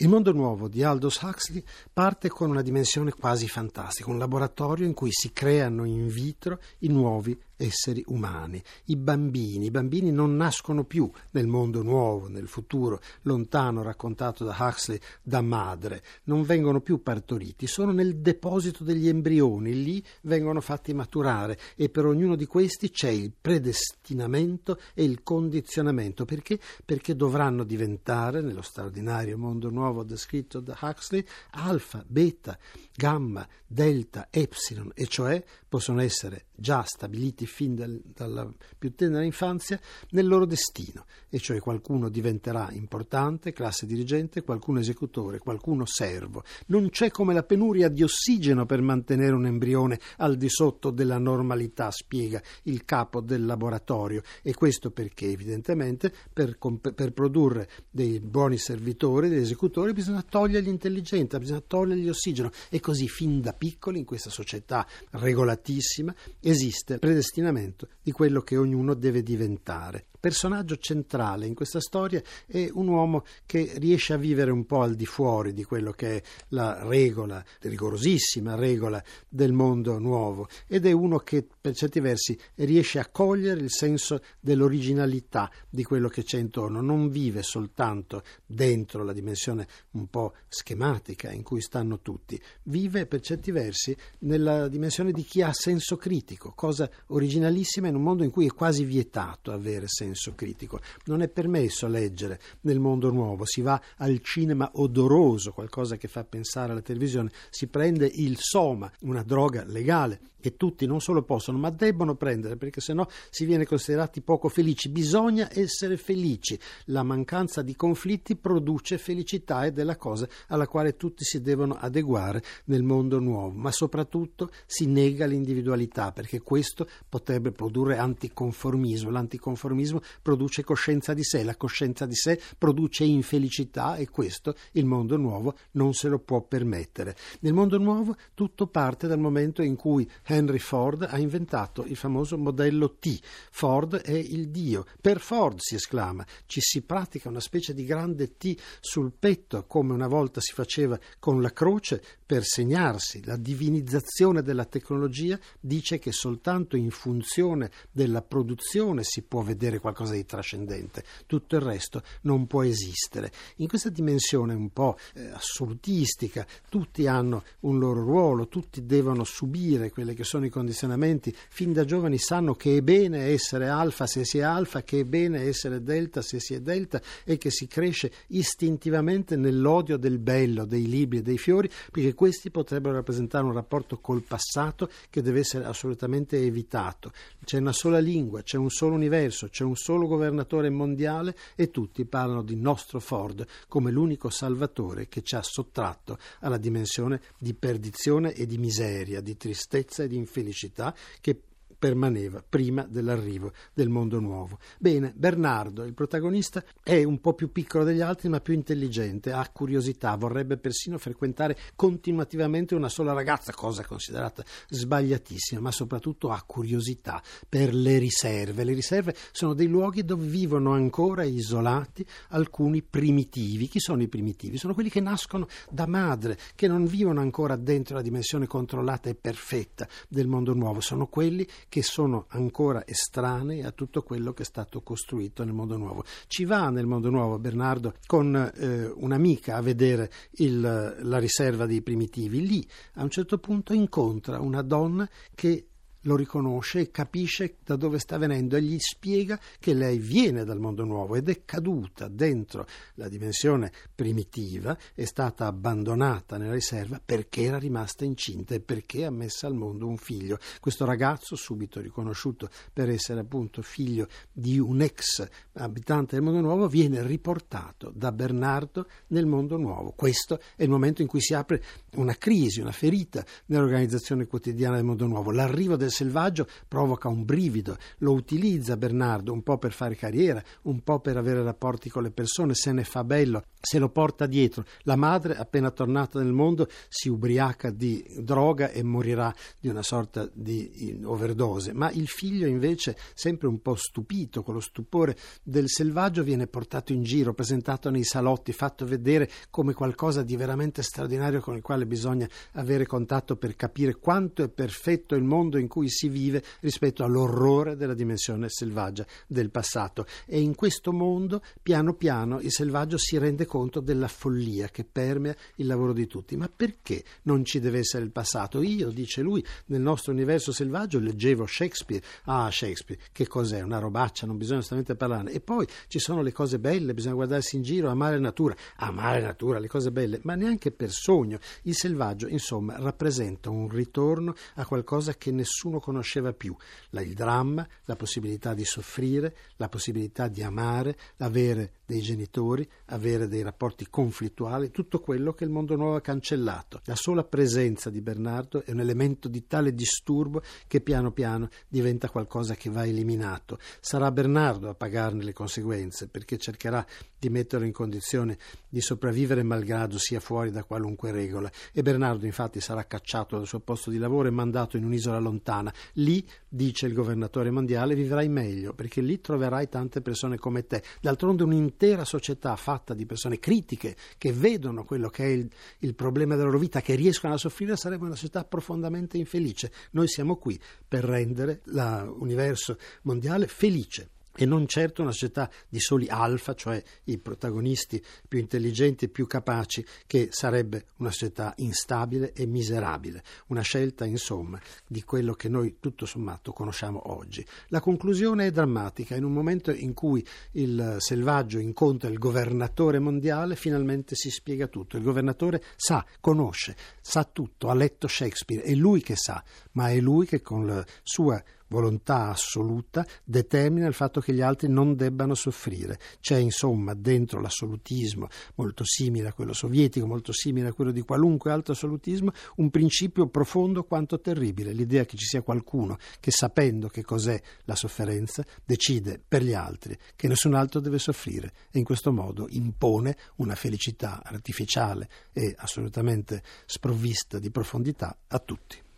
Il mondo nuovo di Aldous Huxley parte con una dimensione quasi fantastica, un laboratorio in cui si creano in vitro i nuovi esseri umani. I bambini non nascono più nel mondo nuovo, nel futuro lontano raccontato da Huxley da madre, non vengono più partoriti, sono nel deposito degli embrioni, lì vengono fatti maturare e per ognuno di questi c'è il predestinamento e il condizionamento. Perché? Perché dovranno diventare, nello straordinario mondo nuovo descritto da Huxley, alfa, beta, gamma, delta, epsilon, e cioè possono essere già stabiliti fin dalla più tenera infanzia nel loro destino, e cioè qualcuno diventerà importante, classe dirigente, qualcuno esecutore, qualcuno servo. Non c'è come la penuria di ossigeno per mantenere un embrione al di sotto della normalità, spiega il capo del laboratorio, e questo perché evidentemente per produrre dei buoni servitori, degli esecutori, bisogna togliergli intelligenza, bisogna togliergli ossigeno, e così fin da piccoli in questa società regolatissima esiste il predestinamento di quello che ognuno deve diventare. Personaggio centrale in questa storia è un uomo che riesce a vivere un po' al di fuori di quello che è la regola, rigorosissima regola del mondo nuovo, ed è uno che per certi versi riesce a cogliere il senso dell'originalità di quello che c'è intorno, non vive soltanto dentro la dimensione un po' schematica in cui stanno tutti, vive per certi versi nella dimensione di chi ha senso critico, cosa originalissima in un mondo in cui è quasi vietato avere senso critico. Non è permesso leggere nel mondo nuovo, si va al cinema odoroso, qualcosa che fa pensare alla televisione, si prende il soma, una droga legale che tutti non solo possono ma debbono prendere, perché sennò si viene considerati poco felici. Bisogna essere felici, la mancanza di conflitti produce felicità ed è la cosa alla quale tutti si devono adeguare nel mondo nuovo, ma soprattutto si nega l'individualità, perché questo potrebbe produrre anticonformismo. L'anticonformismo produce coscienza di sé, la coscienza di sé produce infelicità, e questo il mondo nuovo non se lo può permettere. Nel mondo nuovo tutto parte dal momento in cui Henry Ford ha inventato il famoso modello T. Ford è il dio. Per Ford, si esclama, ci si pratica una specie di grande T sul petto, come una volta si faceva con la croce, per segnarsi. La divinizzazione della tecnologia dice che soltanto in funzione della produzione si può vedere qualcosa di trascendente, tutto il resto non può esistere. In questa dimensione un po' assolutistica tutti hanno un loro ruolo, tutti devono subire quelli che sono i condizionamenti. Fin da giovani sanno che è bene essere alfa se si è alfa, che è bene essere delta se si è delta, e che si cresce istintivamente nell'odio del bello, dei libri e dei fiori, perché questi potrebbero rappresentare un rapporto col passato che deve essere assolutamente evitato. C'è una sola lingua, c'è un solo universo, c'è un solo governatore mondiale, e tutti parlano di nostro Ford come l'unico salvatore che ci ha sottratto alla dimensione di perdizione e di miseria, di tristezza e di infelicità che permaneva prima dell'arrivo del mondo nuovo. Bene, Bernardo, il protagonista, è un po' più piccolo degli altri ma più intelligente, ha curiosità, vorrebbe persino frequentare continuativamente una sola ragazza, cosa considerata sbagliatissima, ma soprattutto ha curiosità per le riserve. Le riserve sono dei luoghi dove vivono ancora isolati alcuni primitivi. Chi sono i primitivi? Sono quelli che nascono da madre, che non vivono ancora dentro la dimensione controllata e perfetta del mondo nuovo, sono quelli che sono ancora estranei a tutto quello che è stato costruito nel mondo nuovo. Ci va nel mondo nuovo Bernardo con un'amica a vedere la riserva dei primitivi. Lì a un certo punto incontra una donna che lo riconosce e capisce da dove sta venendo, e gli spiega che lei viene dal mondo nuovo ed è caduta dentro la dimensione primitiva, è stata abbandonata nella riserva perché era rimasta incinta e perché ha messo al mondo un figlio. Questo ragazzo, subito riconosciuto per essere appunto figlio di un ex abitante del mondo nuovo, viene riportato da Bernardo nel mondo nuovo. Questo è il momento in cui si apre una crisi, una ferita nell'organizzazione quotidiana del mondo nuovo, l'arrivo del selvaggio provoca un brivido, lo utilizza Bernardo un po' per fare carriera, un po' per avere rapporti con le persone, se ne fa bello, se lo porta dietro. La madre, appena tornata nel mondo, si ubriaca di droga e morirà di una sorta di overdose, ma il figlio invece, sempre un po' stupito, con lo stupore del selvaggio, viene portato in giro, presentato nei salotti, fatto vedere come qualcosa di veramente straordinario con il quale bisogna avere contatto per capire quanto è perfetto il mondo in cui si vive rispetto all'orrore della dimensione selvaggia del passato. E in questo mondo, piano piano, il selvaggio si rende conto della follia che permea il lavoro di tutti. Ma perché non ci deve essere il passato? Io, dice lui, nel nostro universo selvaggio leggevo Shakespeare. Ah, Shakespeare, che cos'è? Una robaccia, non bisogna assolutamente parlarne. E poi ci sono le cose belle, bisogna guardarsi in giro, amare natura, le cose belle, ma neanche per sogno. Il selvaggio, insomma, rappresenta un ritorno a qualcosa che nessuno conosceva più, il dramma, la possibilità di soffrire, la possibilità di amare, avere dei genitori, avere dei rapporti conflittuali, tutto quello che il mondo nuovo ha cancellato. La sola presenza di Bernardo è un elemento di tale disturbo che piano piano diventa qualcosa che va eliminato. Sarà Bernardo a pagarne le conseguenze, perché cercherà di metterlo in condizione di sopravvivere malgrado sia fuori da qualunque regola, e Bernardo infatti sarà cacciato dal suo posto di lavoro e mandato in un'isola lontana. Lì, dice il governatore mondiale, vivrai meglio, perché lì troverai tante persone come te. D'altronde un'intera società fatta di persone critiche che vedono quello che è il problema della loro vita, che riescono a soffrire, sarebbe una società profondamente infelice. Noi siamo qui per rendere l'universo mondiale felice, e non certo una società di soli alfa, cioè i protagonisti più intelligenti e più capaci, che sarebbe una società instabile e miserabile. Una scelta, insomma, di quello che noi tutto sommato conosciamo oggi. La conclusione è drammatica. In un momento in cui il selvaggio incontra il governatore mondiale, finalmente si spiega tutto. Il governatore sa, conosce, sa tutto, ha letto Shakespeare, è lui che sa, ma è lui che con la sua volontà assoluta determina il fatto che gli altri non debbano soffrire. C'è insomma dentro l'assolutismo, molto simile a quello sovietico, molto simile a quello di qualunque altro assolutismo, un principio profondo quanto terribile, l'idea che ci sia qualcuno che, sapendo che cos'è la sofferenza, decide per gli altri che nessun altro deve soffrire, e in questo modo impone una felicità artificiale e assolutamente sprovvista di profondità a tutti.